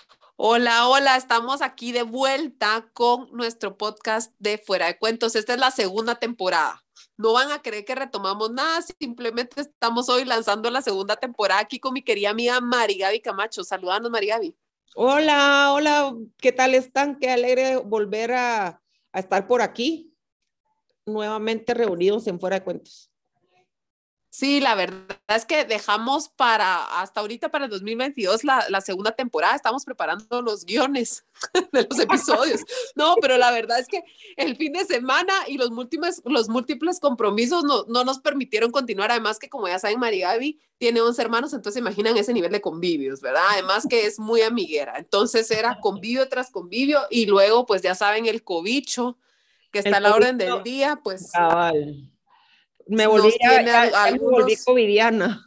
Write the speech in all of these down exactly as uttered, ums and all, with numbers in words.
Hola, hola, estamos aquí de vuelta con nuestro podcast de Fuera de Cuentos. Esta es la segunda temporada. No van a creer que retomamos nada, simplemente estamos hoy lanzando la segunda temporada aquí con mi querida amiga Mari Gaby Camacho. Saludanos, Mari Gaby. Hola, hola, ¿qué tal están? Qué alegre volver a, a estar por aquí, nuevamente reunidos en Fuera de Cuentos. Sí, la verdad es que dejamos para hasta ahorita, para el dos mil veintidós, la, la segunda temporada. Estamos preparando los guiones de los episodios. No, pero la verdad es que el fin de semana y los múltiples, los múltiples compromisos no, no nos permitieron continuar. Además que, como ya saben, María Gaby tiene once hermanos, entonces imaginan ese nivel de convivios, ¿verdad? Además que es muy amiguera. Entonces era convivio tras convivio y luego, pues ya saben, el cobicho que está El a la COVID, orden del día, pues cabal. Me volví, nos ya, tiene ya, a, a ya me volví algunos. covidiana.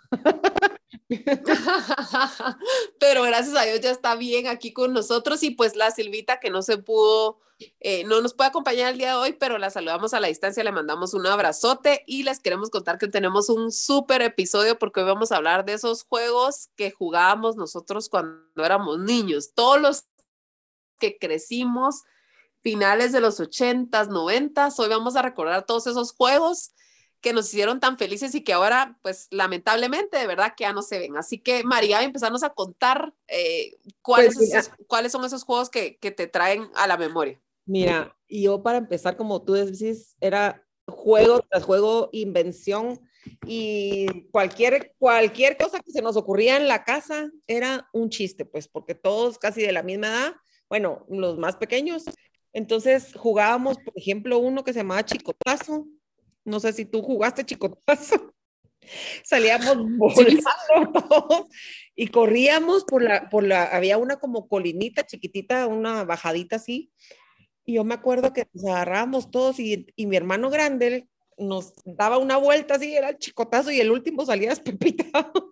Pero gracias a Dios ya está bien aquí con nosotros y pues la Silvita que no se pudo, eh, no nos puede acompañar el día de hoy, pero la saludamos a la distancia, le mandamos un abrazote y les queremos contar que tenemos un súper episodio porque hoy vamos a hablar de esos juegos que jugábamos nosotros cuando éramos niños, todos los que crecimos, finales de los ochentas, noventas, hoy vamos a recordar todos esos juegos que nos hicieron tan felices y que ahora, pues lamentablemente, de verdad que ya no se ven. Así que, María, empezarnos a contar eh, Pues cuáles, esos, mira, cuáles son esos juegos que, que te traen a la memoria. mira, yo para empezar, como tú decís, era juego tras juego, invención y cualquier, cualquier cosa que se nos ocurría en la casa era un chiste, pues, porque todos casi de la misma edad, bueno, los más pequeños. Entonces jugábamos, por ejemplo, uno que se llamaba Chicotazo. No sé si tú jugaste Chicotazo. Salíamos Sí, volando todos y corríamos por la, por la, había una como colinita chiquitita, una bajadita así, y yo me acuerdo que nos agarrábamos todos y, y mi hermano grande nos daba una vuelta así, era el chicotazo y el último salía despepitado.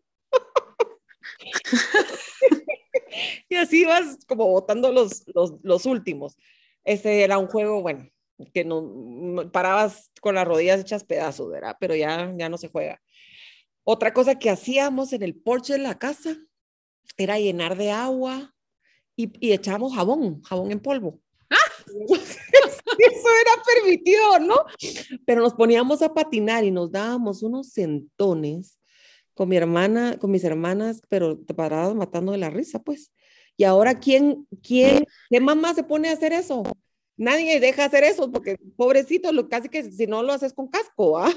Y así vas como botando los, los, los últimos. Ese era un juego, bueno, que no parabas con las rodillas hechas pedazos, ¿verdad? Pero ya, ya no se juega. Otra cosa que hacíamos en el porche de la casa era llenar de agua y, y echábamos jabón, jabón en polvo. Eso era permitido, ¿no? Pero nos poníamos a patinar y nos dábamos unos centones con mi hermana, con mis hermanas, pero te parabas matando de la risa, pues. Y ahora, ¿quién, quién, qué mamá se pone a hacer eso? Nadie deja hacer eso porque, pobrecito, lo, casi que si no lo haces con casco, ¿ah?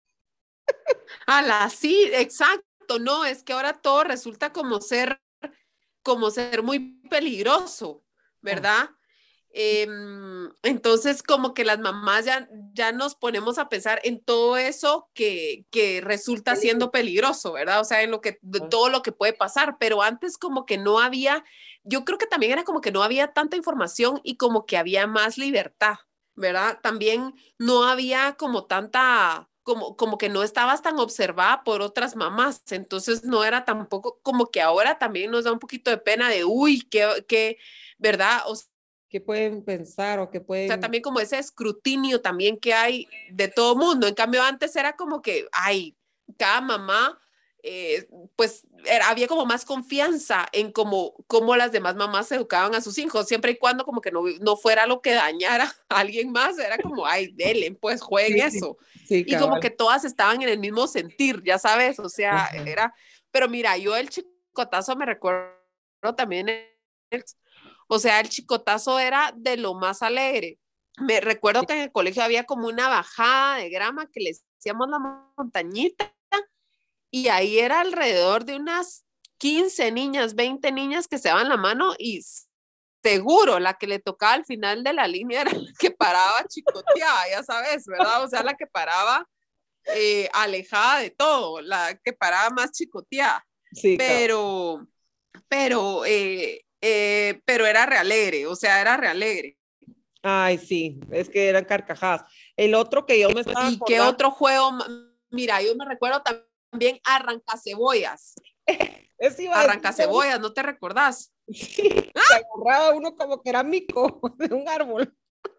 a la sí, exacto. No, es que ahora todo resulta como ser, como ser muy peligroso, Ah, ¿verdad? Eh, entonces, como que las mamás ya, ya nos ponemos a pensar en todo eso que, que resulta peligro. siendo peligroso, ¿verdad? O sea, en lo que, de Ah, todo lo que puede pasar, pero antes como que no había, yo creo que también era como que no había tanta información y como que había más libertad, ¿verdad? También no había como tanta, como, como que no estabas tan observada por otras mamás, entonces no era tampoco como que ahora también nos da un poquito de pena de, uy, qué, qué, ¿verdad? O ¿qué pueden pensar o qué sea, pueden? también como ese escrutinio también que hay de todo mundo. En cambio, antes era como que, ay, cada mamá, eh, pues era, había como más confianza en cómo, cómo las demás mamás educaban a sus hijos, siempre y cuando como que no, no fuera lo que dañara a alguien más, era como, ay, denle, pues jueguen Sí, sí, eso. sí, Y como cabal. que todas estaban en el mismo sentir, ya sabes, o sea, Ajá. era, pero mira, yo el chicotazo me recuerdo también, el, o sea, el chicotazo era de lo más alegre. Me recuerdo que en el colegio había como una bajada de grama que le decíamos la montañita y ahí era alrededor de unas quince niñas, veinte niñas que se daban la mano y seguro la que le tocaba al final de la línea era la que paraba chicoteada, ya sabes, ¿verdad? O sea, la que paraba eh, alejada de todo, la que paraba más chicoteada. Sí, cabal. Pero, pero, eh, eh, pero era realegre, o sea, era realegre. Ay, sí, es que eran carcajadas. El otro que yo me estaba ¿Y qué acordando, otro juego? Mira, yo me recuerdo también Arrancacebollas. es iba a decir, Arrancacebollas, ¿no te recordás? sí, que agarraba uno como que era mico de un árbol.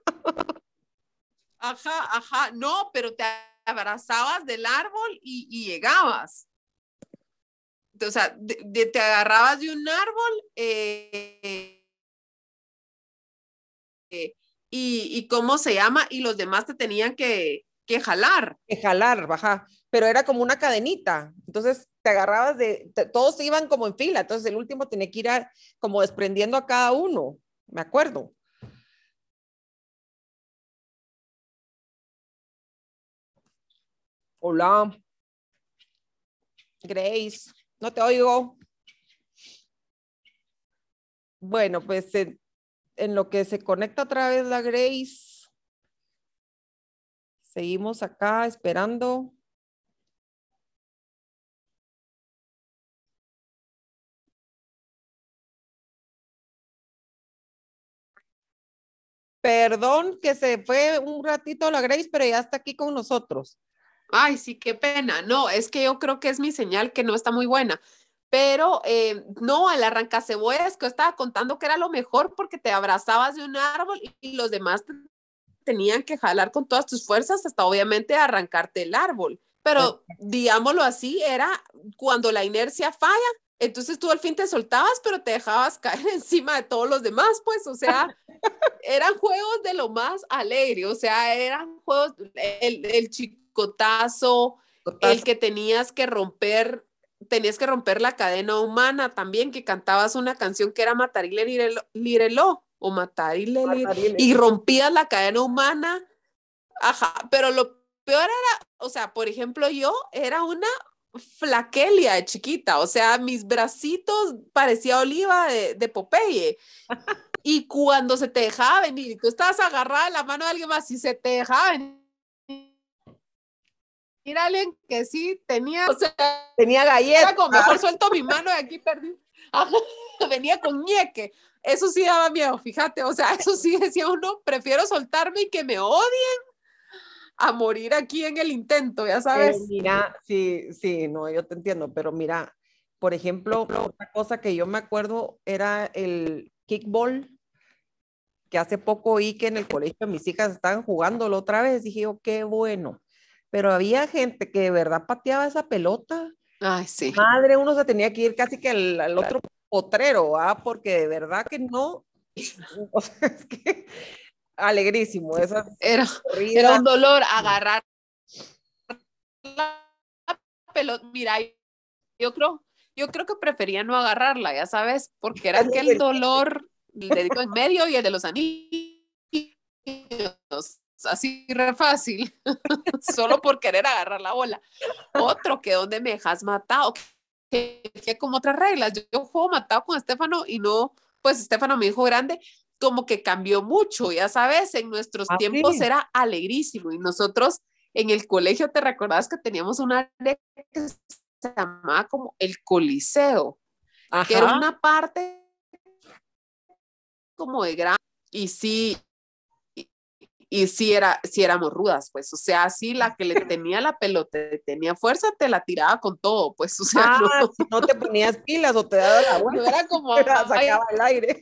Ajá, ajá, no, pero te abrazabas del árbol y, y llegabas. o sea, de, de, te agarrabas de un árbol eh, eh, y, y cómo se llama, y los demás te tenían que, que jalar. Que jalar, baja, pero era como una cadenita, entonces te agarrabas de, te, todos iban como en fila, entonces el último tenía que ir a, como desprendiendo a cada uno, me acuerdo. Hola, Grace, no te oigo. Bueno, pues en, en lo que se conecta otra vez la Grace, seguimos acá esperando. Perdón que se fue un ratito la Grace, pero ya está aquí con nosotros. Ay, sí, qué pena. No, es que yo creo que es mi señal que no está muy buena. Pero eh, no, el arrancacebollas que yo estaba contando que era lo mejor porque te abrazabas de un árbol y, y los demás te tenían que jalar con todas tus fuerzas hasta obviamente arrancarte el árbol. Pero digámoslo así, era cuando la inercia falla, entonces tú al fin te soltabas, pero te dejabas caer encima de todos los demás, pues, o sea, eran juegos de lo más alegre, o sea, eran juegos, el, el chicotazo, el que tenías que romper, tenías que romper la cadena humana también, que cantabas una canción que era Matarile Lirelo, Lirelo o Matarile, Lirelo, y rompías la cadena humana, ajá, pero lo peor era, o sea, por ejemplo, yo era una flaquelia de chiquita, o sea, mis bracitos parecía oliva de, de Popeye. Y cuando se te dejaba venir y tú estabas agarrada de la mano de alguien más y se te dejaba venir alguien que sí tenía, o sea, tenía galletas. Era como mejor suelto mi mano de aquí perdí. Venía con ñeque. Eso sí daba miedo, fíjate, o sea, eso sí decía uno, prefiero soltarme y que me odien a morir aquí en el intento, ya sabes. Pero mira, sí, sí, no, yo te entiendo, pero mira, por ejemplo, otra cosa que yo me acuerdo era el kickball, que hace poco oí que en el colegio mis hijas estaban jugándolo otra vez, dije yo, qué bueno, pero había gente que de verdad pateaba esa pelota. Ay, sí. Madre, uno se tenía que ir casi que al, al otro potrero, ¿ah? Porque de verdad que no, o sea, es que alegrísimo, esas Era, corridas. era un dolor agarrar la pelota. Mira, yo creo, yo creo que prefería no agarrarla, ya sabes, porque era aquel dolor el dedito en medio y el de los anillos, así re fácil, solo por querer agarrar la bola. Otro que donde me dejas matado, que, que como otras reglas, yo, yo juego matado con Estefano y no, pues Estefano, mi hijo grande, como que cambió mucho, ya sabes, en nuestros ¿Ah, tiempos sí? era alegrísimo y nosotros en el colegio, ¿te recordás que teníamos una área que se llamaba como el Coliseo, que era Ajá. una parte como de gran, y sí, y, y sí, era, sí éramos rudas, pues, o sea, sí, la que le tenía la pelota, tenía fuerza, te la tiraba con todo, pues, o sea, Ah, no, si no te ponías pilas o te daba la no vuelta, era como, sacaba ay, el aire.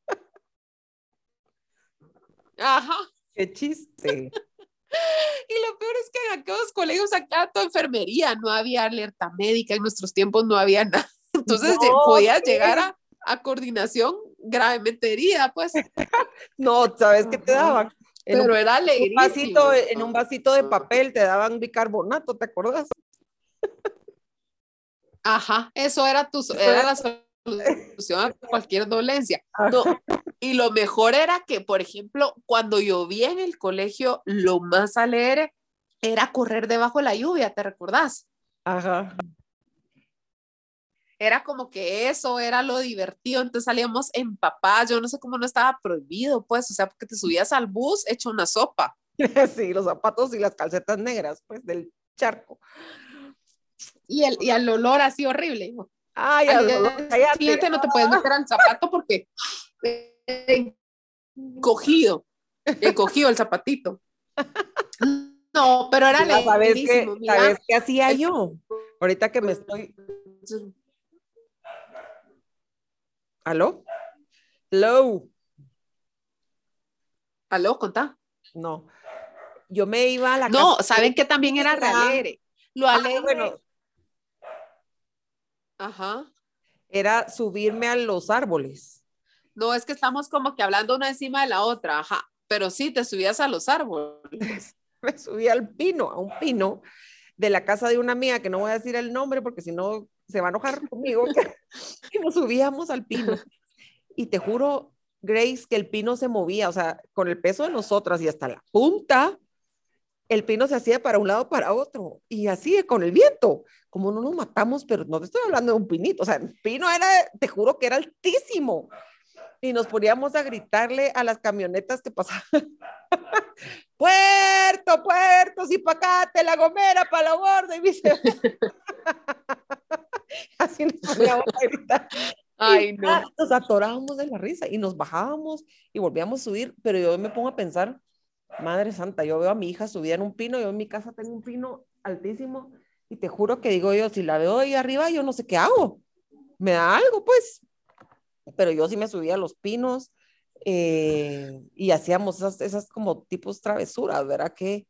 ajá, Qué chiste. y lo peor es que en aquellos colegios acá toda enfermería, no había alerta médica, en nuestros tiempos no había nada, entonces No podías llegar sé, a, a coordinación gravemente herida, pues, no, ¿sabes qué te ajá, daban? En un, pero era un vasito, alegrísimo. en un vasito de papel te daban bicarbonato, ¿te acuerdas? Ajá, eso era, tu, Eso era era. la solución a cualquier dolencia. Ajá. No, y lo mejor era que, por ejemplo, cuando llovía en el colegio, lo más alegre era correr debajo de la lluvia, ¿te recordás? Ajá. Era como que eso era lo divertido, entonces salíamos empapadas, yo no sé cómo no estaba prohibido, pues, o sea, porque te subías al bus hecho una sopa. Sí, los zapatos y las calcetas negras, pues, del charco. Y el, y el olor así horrible. ¿No? Ay, Al al día dolor, cállate. siguiente no te puedes meter al zapato porque encogido, encogido el zapatito. No, pero era Mira, ¿sabes alegrísimo, qué? ¿Sabes mira. qué hacía El... yo? Ahorita que me estoy... ¿Aló? Hello. ¿Aló, contá? No. Yo me iba a la casa No, de ¿saben que también era re una amiga. alegre? Lo Ah, alegre, bueno, Ajá. Era subirme a los árboles. No, es que estamos como que hablando una encima de la otra, ajá, pero sí, te subías a los árboles. Me subí al pino, a un pino de la casa de una amiga, que no voy a decir el nombre porque si no se va a enojar conmigo, y nos subíamos al pino. Y te juro, Grace, que el pino se movía, o sea, con el peso de nosotras y hasta la punta, el pino se hacía para un lado, para otro, y así con el viento, como no nos matamos, pero no te estoy hablando de un pinito, o sea, el pino era, te juro que era altísimo, y nos poníamos a gritarle a las camionetas que pasaban, puerto, puerto, si pa' acá, te la gomera, pa' la borda, y vice, así nos poníamos a gritar. Ay, no. Nos atorábamos de la risa y nos bajábamos y volvíamos a subir, pero yo me pongo a pensar, Madre Santa, yo veo a mi hija subida en un pino, yo en mi casa tengo un pino altísimo y te juro que digo yo, si la veo ahí arriba, yo no sé qué hago, me da algo pues, pero yo sí me subía a los pinos eh, y hacíamos esas, esas como tipos travesuras, ¿verdad? Qué,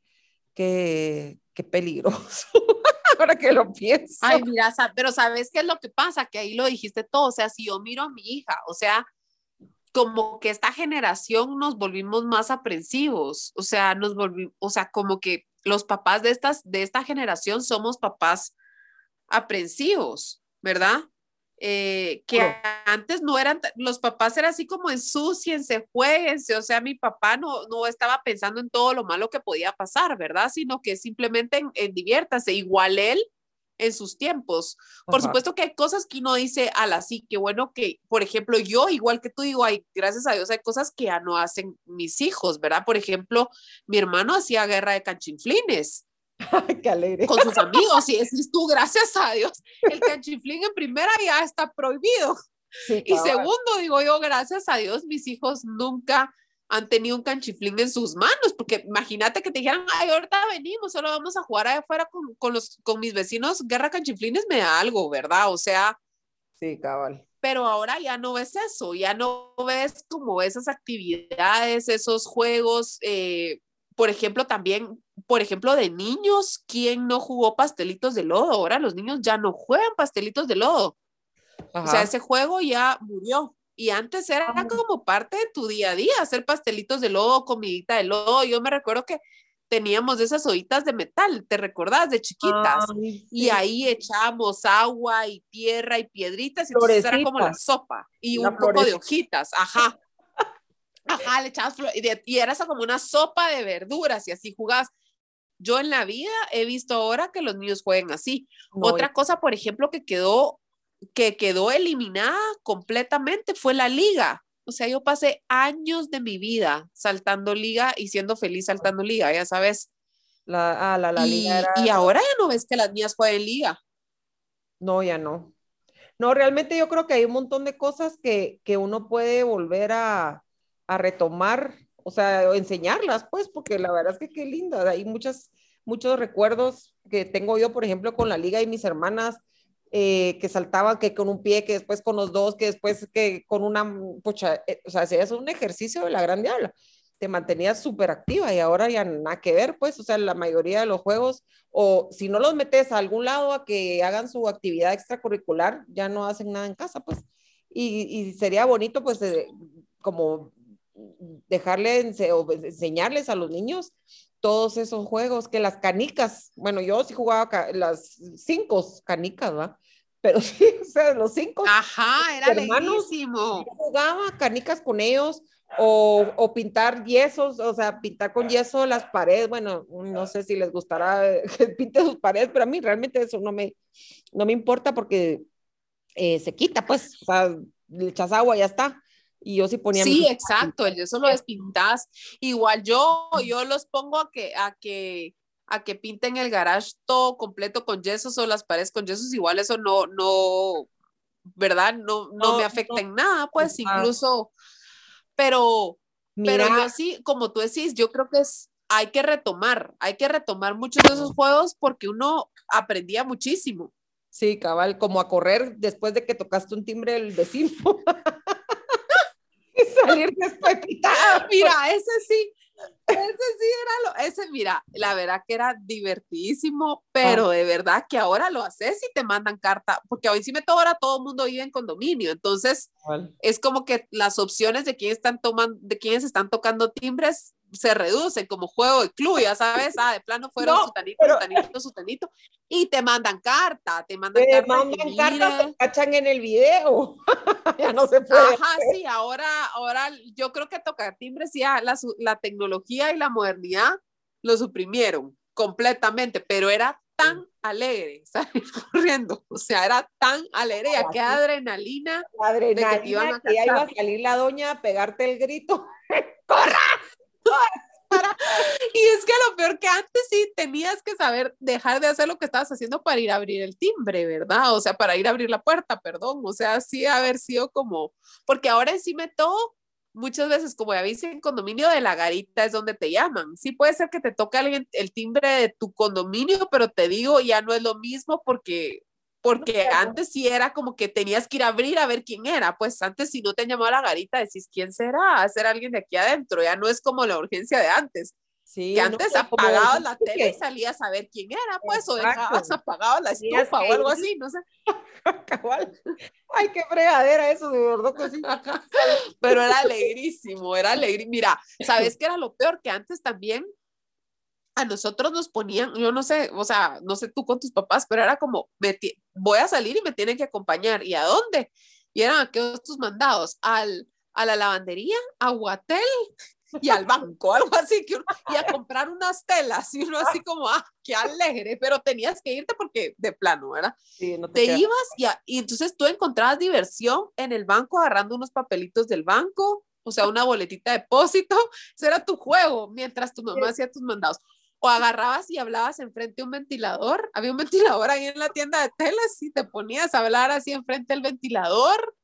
qué, qué peligroso, ahora que lo pienso. Ay, mira, pero ¿sabes qué es lo que pasa? Que ahí lo dijiste todo, o sea, si yo miro a mi hija, o sea, como que esta generación nos volvimos más aprensivos, o sea, nos volvimos, o sea, como que los papás de, estas, de esta generación somos papás aprensivos, ¿verdad? Eh, que Puro. antes no eran, los papás eran así como ensúciense, jueguense, o sea, mi papá no, no estaba pensando en todo lo malo que podía pasar, ¿verdad? Sino que simplemente en, en diviértase, igual él en sus tiempos. Por Ajá. supuesto que hay cosas que uno dice, ala, sí, qué bueno que, por ejemplo, yo, igual que tú digo, hay, gracias a Dios, hay cosas que ya no hacen mis hijos, ¿verdad? Por ejemplo, mi hermano hacía guerra de canchinflines. Ay, qué alegre. Con sus amigos, y decís tú, gracias a Dios, el canchiflín en primera ya está prohibido. Sí, Y cabal. segundo, digo yo, gracias a Dios, mis hijos nunca han tenido un canchiflín en sus manos, porque imagínate que te dijeran, ay, ahorita venimos, solo vamos a jugar allá afuera con, con, los, con mis vecinos, guerra canchiflines me da algo, ¿verdad? O sea, sí, cabal. pero ahora ya no ves eso, ya no ves como esas actividades, esos juegos, eh, por ejemplo, también, por ejemplo, de niños, ¿quién no jugó pastelitos de lodo? Ahora los niños ya no juegan pastelitos de lodo. O sea, Ajá. ese juego ya murió. Y antes era como parte de tu día a día, hacer pastelitos de lodo, comidita de lodo. Yo me recuerdo que teníamos esas ollitas de metal, ¿te recordás? De chiquitas. Ay, Y sí. ahí echábamos agua y tierra y piedritas, y entonces era como la Florecitas, sopa y la un poco de florecita. hojitas, ajá. Ajá, le echabas flor, y, de, y era esa como una sopa de verduras y así jugabas. Yo en la vida he visto ahora que los niños jueguen así. No, ya. Otra cosa, por ejemplo, que quedó, que quedó eliminada completamente fue la liga. O sea, yo pasé años de mi vida saltando liga y siendo feliz saltando liga, ya sabes. La, ah, la, la liga Y, y era, ahora ya no ves que las niñas jueguen liga. no, ya no. No, realmente yo creo que hay un montón de cosas que, que uno puede volver a, a retomar, o sea, o enseñarlas, pues, porque la verdad es que qué linda. Hay muchas, muchos recuerdos que tengo yo, por ejemplo, con la liga y mis hermanas, eh, que saltaban que con un pie, que después con los dos, que después que con una, pucha, eh, o sea, es un ejercicio de la gran diabla. Te mantenías súper activa y ahora ya nada que ver, pues, o sea, la mayoría de los juegos, o si no los metes a algún lado a que hagan su actividad extracurricular, ya no hacen nada en casa, pues. Y, y sería bonito, pues, eh, como dejarle o enseñarles a los niños todos esos juegos, que las canicas, bueno, yo sí jugaba las cinco canicas, ¿va? Pero sí, o sea, los cinco Ajá, era hermanos, yo lejísimo. jugaba canicas con ellos, o, o, pintar yesos, o sea, pintar con yeso las paredes, bueno, no sé si les gustará que pinte sus paredes, pero a mí realmente eso no me, no me importa porque eh, se quita, pues, o sea, le echas agua y ya está. Y yo sí ponía mis Sí, hijos a exacto, pintar. el yeso lo despintas. Igual yo, yo los pongo a que, a que, a que pinten el garage todo completo con yesos o las paredes con yesos, igual eso no, no, ¿verdad? No, no me No, afecta no, en nada, pues ah, incluso, pero, pero mira, yo sí, como tú decís, yo creo que es, hay que retomar, hay que retomar muchos de esos juegos porque uno aprendía muchísimo. sí, cabal, como a correr después de que tocaste un timbre del vecino y salir después pitada. Mira, ese sí, Ese sí era lo, ese, mira, la verdad que era divertidísimo, pero de verdad que ahora lo haces y te mandan carta, porque hoy sí me ahora todo el mundo vive en condominio, entonces Vale. es como que las opciones de quién están tomando, de quiénes están tocando timbres se reducen como juego de club, ya sabes, ah, de plano fueron No, sutanito, pero sutanito, sutanito, y te mandan carta, te mandan te carta de que mandan cartas, te mira, cachan en el video. Ya no se puede. ajá, sí, ahora, ahora yo creo que tocar timbres ya la, la tecnología y la modernidad lo suprimieron completamente, pero era tan alegre salir corriendo, o sea, era tan alegre y aquella adrenalina La de que te iban adrenalina a que ya iba a cachar. salir la doña a pegarte el grito. ¡Corra! Para. Y es que lo peor que antes sí tenías que saber dejar de hacer lo que estabas haciendo para ir a abrir el timbre, ¿verdad? O sea, para ir a abrir la puerta, perdón. O sea, sí haber sido como, porque ahora encima de todo, muchas veces, como ya viste, en condominio de la garita es donde te llaman. Sí puede ser que te toque alguien el timbre de tu condominio, pero te digo, ya no es lo mismo porque porque antes sí era como que tenías que ir a abrir a ver quién era, pues antes si no te llamaba la garita decís quién será, ser alguien de aquí adentro, ya no es como la urgencia de antes, que Sí, no, antes y como apagabas la dijiste tele y que, salías a ver quién era, pues, o dejabas exacto, apagada la tenías estufa o que algo ir así, no sé. a cabal. Ay, qué fregadera eso, de verdad que sí. Pero era alegrísimo, era alegre. Mira, ¿sabes qué era lo peor? Que antes también a nosotros nos ponían, yo no sé, o sea, no sé tú con tus papás, pero era como, me voy a salir y me tienen que acompañar. ¿Y a dónde? Y eran aquellos tus mandados, al, a la lavandería, a Guatel y al banco, algo así, que uno, y a comprar unas telas, y uno así como, ah, qué alegre, pero tenías que irte porque de plano, ¿verdad? Sí, no te Te quedas. ibas y, a, y entonces tú encontrabas diversión en el banco agarrando unos papelitos del banco, o sea, una boletita de depósito, eso era tu juego mientras tu mamá hacía tus mandados. O agarrabas y hablabas enfrente de un ventilador, había un ventilador ahí en la tienda de telas y te ponías a hablar así enfrente del ventilador,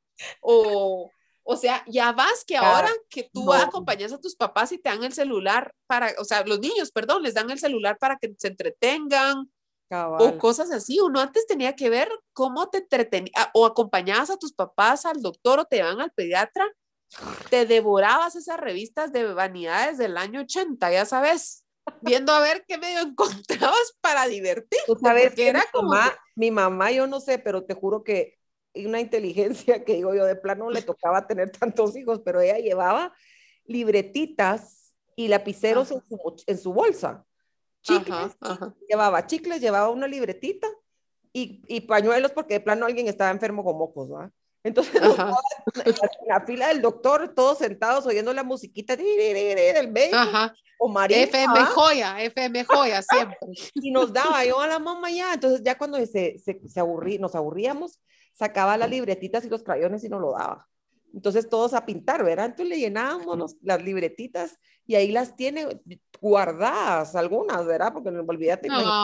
o, o sea, ya vas que ahora que tú No, acompañas a tus papás y te dan el celular para, o sea, los niños, perdón, les dan el celular para que se entretengan, o cabal. cosas así. Uno antes tenía que ver cómo te entretenías o acompañabas a tus papás al doctor o te iban al pediatra, te devorabas esas revistas de vanidades del año ochenta, ya sabes, viendo a ver qué medio encontrabas para Tú divertirte, sabes porque que mi era como mamá, que, mi mamá, yo no sé, pero te juro que una inteligencia que digo yo, de plano le tocaba tener tantos hijos, pero ella llevaba libretitas y lapiceros en ajá, su, en su bolsa. ajá, Chicles, ajá, llevaba chicles, llevaba una libretita y, y pañuelos porque de plano alguien estaba enfermo con mocos, ¿va? Entonces nos ajá, en la fila del doctor, todos sentados oyendo la musiquita del médico ajá. o María, F M ¿va? joya, F M joya siempre. Y nos daba yo a la mamá ya, entonces ya cuando se, se, se aburrí, nos aburríamos, sacaba las libretitas y los crayones y nos lo daba. Entonces todos a pintar, ¿verdad? Entonces le llenábamos los, las libretitas y ahí las tiene guardadas algunas, ¿verdad? Porque no olvídate, imagínate,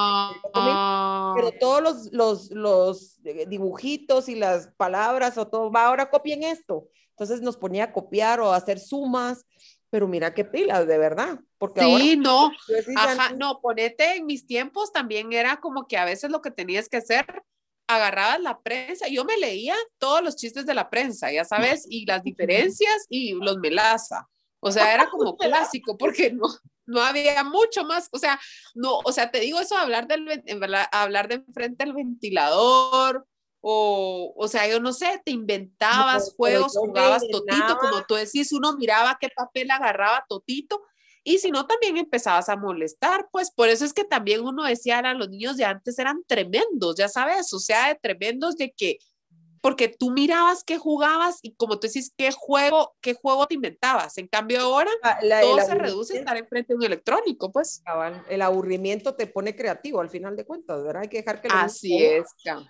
pero Ah, todos los, los, los eh, dibujitos y las palabras o todo, va, ahora copien esto. Entonces nos ponía a copiar o a hacer sumas, pero mira qué pilas, de verdad, porque ahora, sí, no, yo decís, ya ajá, no, no, ponete en mis tiempos también era como que a veces lo que tenías que hacer, agarrabas la prensa, yo me leía todos los chistes de la prensa, ya sabes, y las diferencias y los melaza, o sea, era como clásico porque no, no había mucho más, o sea, no, o sea, te digo eso, hablar del, en verdad, hablar de enfrente al ventilador, o, o sea, yo no sé, te no, inventabas pero juegos, yo me jugabas totito, llenaba, como tú decís, uno miraba qué papel agarraba totito, y si no, también empezabas a molestar, pues por eso es que también uno decía, eran los niños de antes eran tremendos, ya sabes, o sea, de tremendos de que, porque tú mirabas qué jugabas y como tú decís, qué juego, qué juego te inventabas. En cambio ahora la, el todo se reduce a aburrimiento, estar enfrente de un electrónico, pues. cabal, el aburrimiento te pone creativo al final de cuentas, ¿verdad? Hay que dejar que los niños se Así aburran. es, Cam.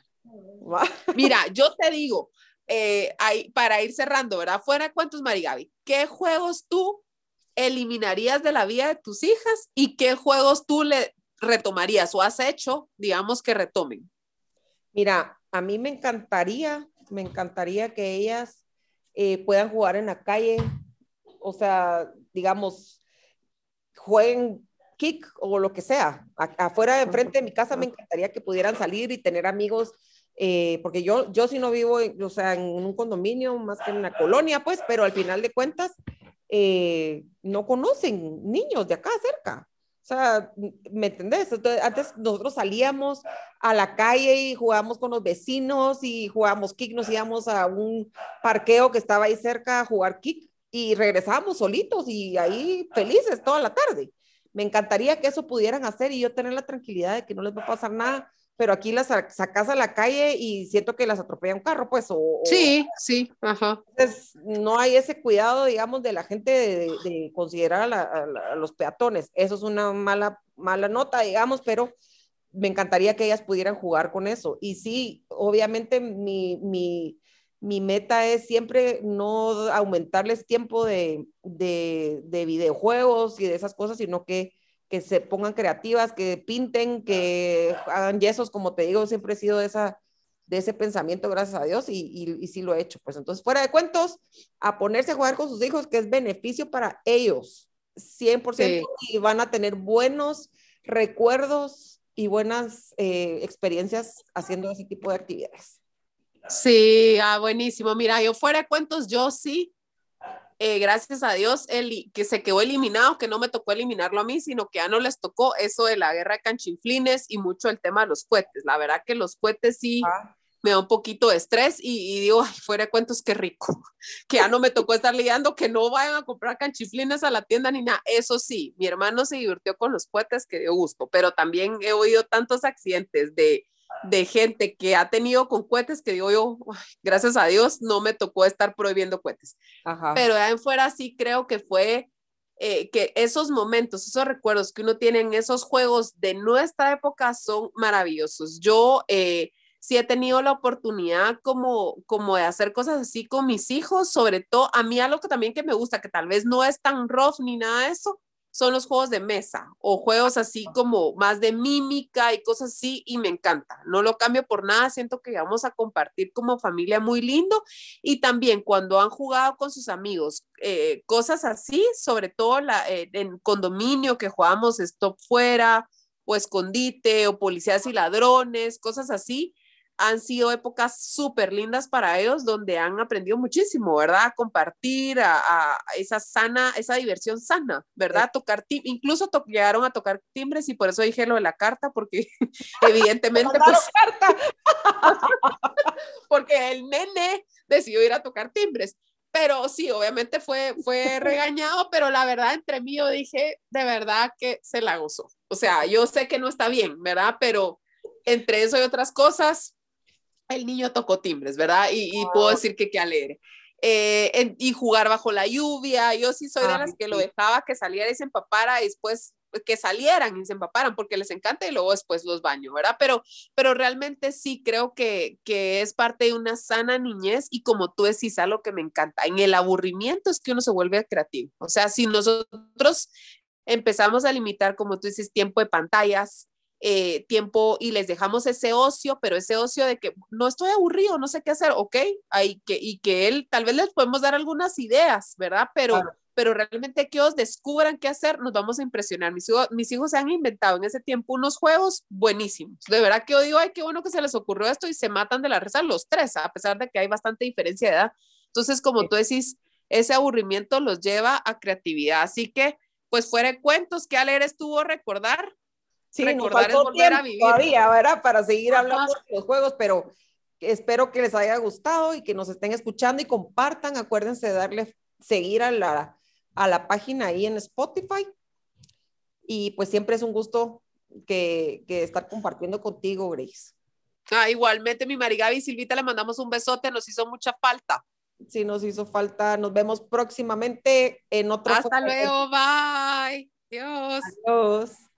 Mira, yo te digo, eh, ahí, para ir cerrando, ¿verdad? Fuera cuentos, Marigaby, ¿qué juegos tú eliminarías de la vida de tus hijas y qué juegos tú le retomarías o has hecho, digamos, que retomen? Mira, a mí me encantaría, me encantaría que ellas eh, puedan jugar en la calle, o sea, digamos, jueguen kick o lo que sea. A, afuera de frente de mi casa me encantaría que pudieran salir y tener amigos, eh, porque yo, yo sí no vivo, en, o sea, en un condominio más que en una colonia, pues, pero al final de cuentas, eh, no conocen niños de acá cerca. O sea, ¿me entendés? Entonces, antes nosotros salíamos a la calle y jugábamos con los vecinos y jugábamos kick, nos íbamos a un parqueo que estaba ahí cerca a jugar kick y regresábamos solitos y ahí felices toda la tarde. Me encantaría que eso pudieran hacer y yo tener la tranquilidad de que no les va a pasar nada, pero aquí las sacas a la calle y siento que las atropella un carro, pues, o, o Sí, sí, ajá. entonces, no hay ese cuidado, digamos, de la gente de, de considerar a, la, a, la, a, los peatones. Eso es una mala, mala nota, digamos, pero me encantaría que ellas pudieran jugar con eso. Y sí, obviamente mi, mi, mi meta es siempre no aumentarles tiempo de, de, de videojuegos y de esas cosas, sino que, que se pongan creativas, que pinten, que hagan yesos, como te digo, siempre he sido de esa de ese pensamiento, gracias a Dios, y, y, y sí lo he hecho. Pues entonces, fuera de cuentos, a ponerse a jugar con sus hijos, que es beneficio para ellos, cien por ciento, Sí. y van a tener buenos recuerdos y buenas eh, experiencias haciendo ese tipo de actividades. Sí, ah, buenísimo. Mira, yo fuera de cuentos, yo sí, eh, gracias a Dios, el, que se quedó eliminado, que no me tocó eliminarlo a mí, sino que ya no les tocó eso de la guerra de canchinflines y mucho el tema de los cohetes. La verdad que los cohetes sí Ah, me da un poquito de estrés y, y digo, ay, fuera de cuentos, qué rico, que ya no me tocó estar lidiando, que no vayan a comprar canchiflines a la tienda ni nada. Eso sí, mi hermano se divirtió con los cohetes, que dio gusto, pero también he oído tantos accidentes de, de gente que ha tenido con cohetes que digo yo, ay, gracias a Dios, no me tocó estar prohibiendo cohetes. ajá. Pero de ahí en fuera sí creo que fue eh, que esos momentos, esos recuerdos que uno tiene en esos juegos de nuestra época son maravillosos. Yo eh, sí he tenido la oportunidad como, como de hacer cosas así con mis hijos, sobre todo a mí algo que también que me gusta, que tal vez no es tan rough ni nada de eso, son los juegos de mesa o juegos así como más de mímica y cosas así y me encanta. No lo cambio por nada, siento que vamos a compartir como familia muy lindo y también cuando han jugado con sus amigos eh, cosas así, sobre todo la, eh, en condominio que jugamos stop fuera o escondite o policías y ladrones, cosas así, han sido épocas súper lindas para ellos donde han aprendido muchísimo, ¿verdad? A compartir, a, a esa sana, esa diversión sana, ¿verdad? Tocar, incluso to llegaron a tocar timbres y por eso dije lo de la carta, porque evidentemente, pues, carta. porque el nene decidió ir a tocar timbres. Pero sí, obviamente fue, fue regañado, pero la verdad entre mí yo dije, de verdad que se la gozó. O sea, yo sé que no está bien, ¿verdad? Pero entre eso y otras cosas, el niño tocó timbres, ¿verdad? Y, y puedo decir que qué alegre. Eh, en, y jugar bajo la lluvia, yo sí soy de las Ay, que lo sí. dejaba que saliera y se empapara y después que salieran y se empaparan porque les encanta y luego después los baño, ¿verdad? Pero, pero realmente sí creo que, que es parte de una sana niñez y como tú decís, algo que me encanta, en el aburrimiento es que uno se vuelve creativo, o sea, si nosotros empezamos a limitar, como tú dices, tiempo de pantallas, eh, tiempo y les dejamos ese ocio, pero ese ocio de que no estoy aburrido, no sé qué hacer, ok, hay que, y que él, tal vez les podemos dar algunas ideas, ¿verdad? Pero, Claro. pero realmente que ellos descubran qué hacer, nos vamos a impresionar. Mis hijos, mis hijos se han inventado en ese tiempo unos juegos buenísimos. De verdad que yo digo, ay, qué bueno que se les ocurrió esto y se matan de la risa los tres, a pesar de que hay bastante diferencia de edad. Entonces, como tú decís, ese aburrimiento los lleva a creatividad. Así que, pues fuera de cuentos, qué alegre estuvo recordar. Sí, nos Recordar es faltó volver a tiempo vivir. todavía, ¿verdad? Para seguir Ajá. hablando de los juegos, pero espero que les haya gustado y que nos estén escuchando y compartan. Acuérdense de darle seguir a la, a la página ahí en Spotify. Y pues siempre es un gusto que, que estar compartiendo contigo, Grace. Ah, igualmente, mi Marigaby y Silvita, le mandamos un besote, nos hizo mucha falta. Sí, nos hizo falta. Nos vemos próximamente en otro Hasta juego. luego, bye. Dios. Adiós.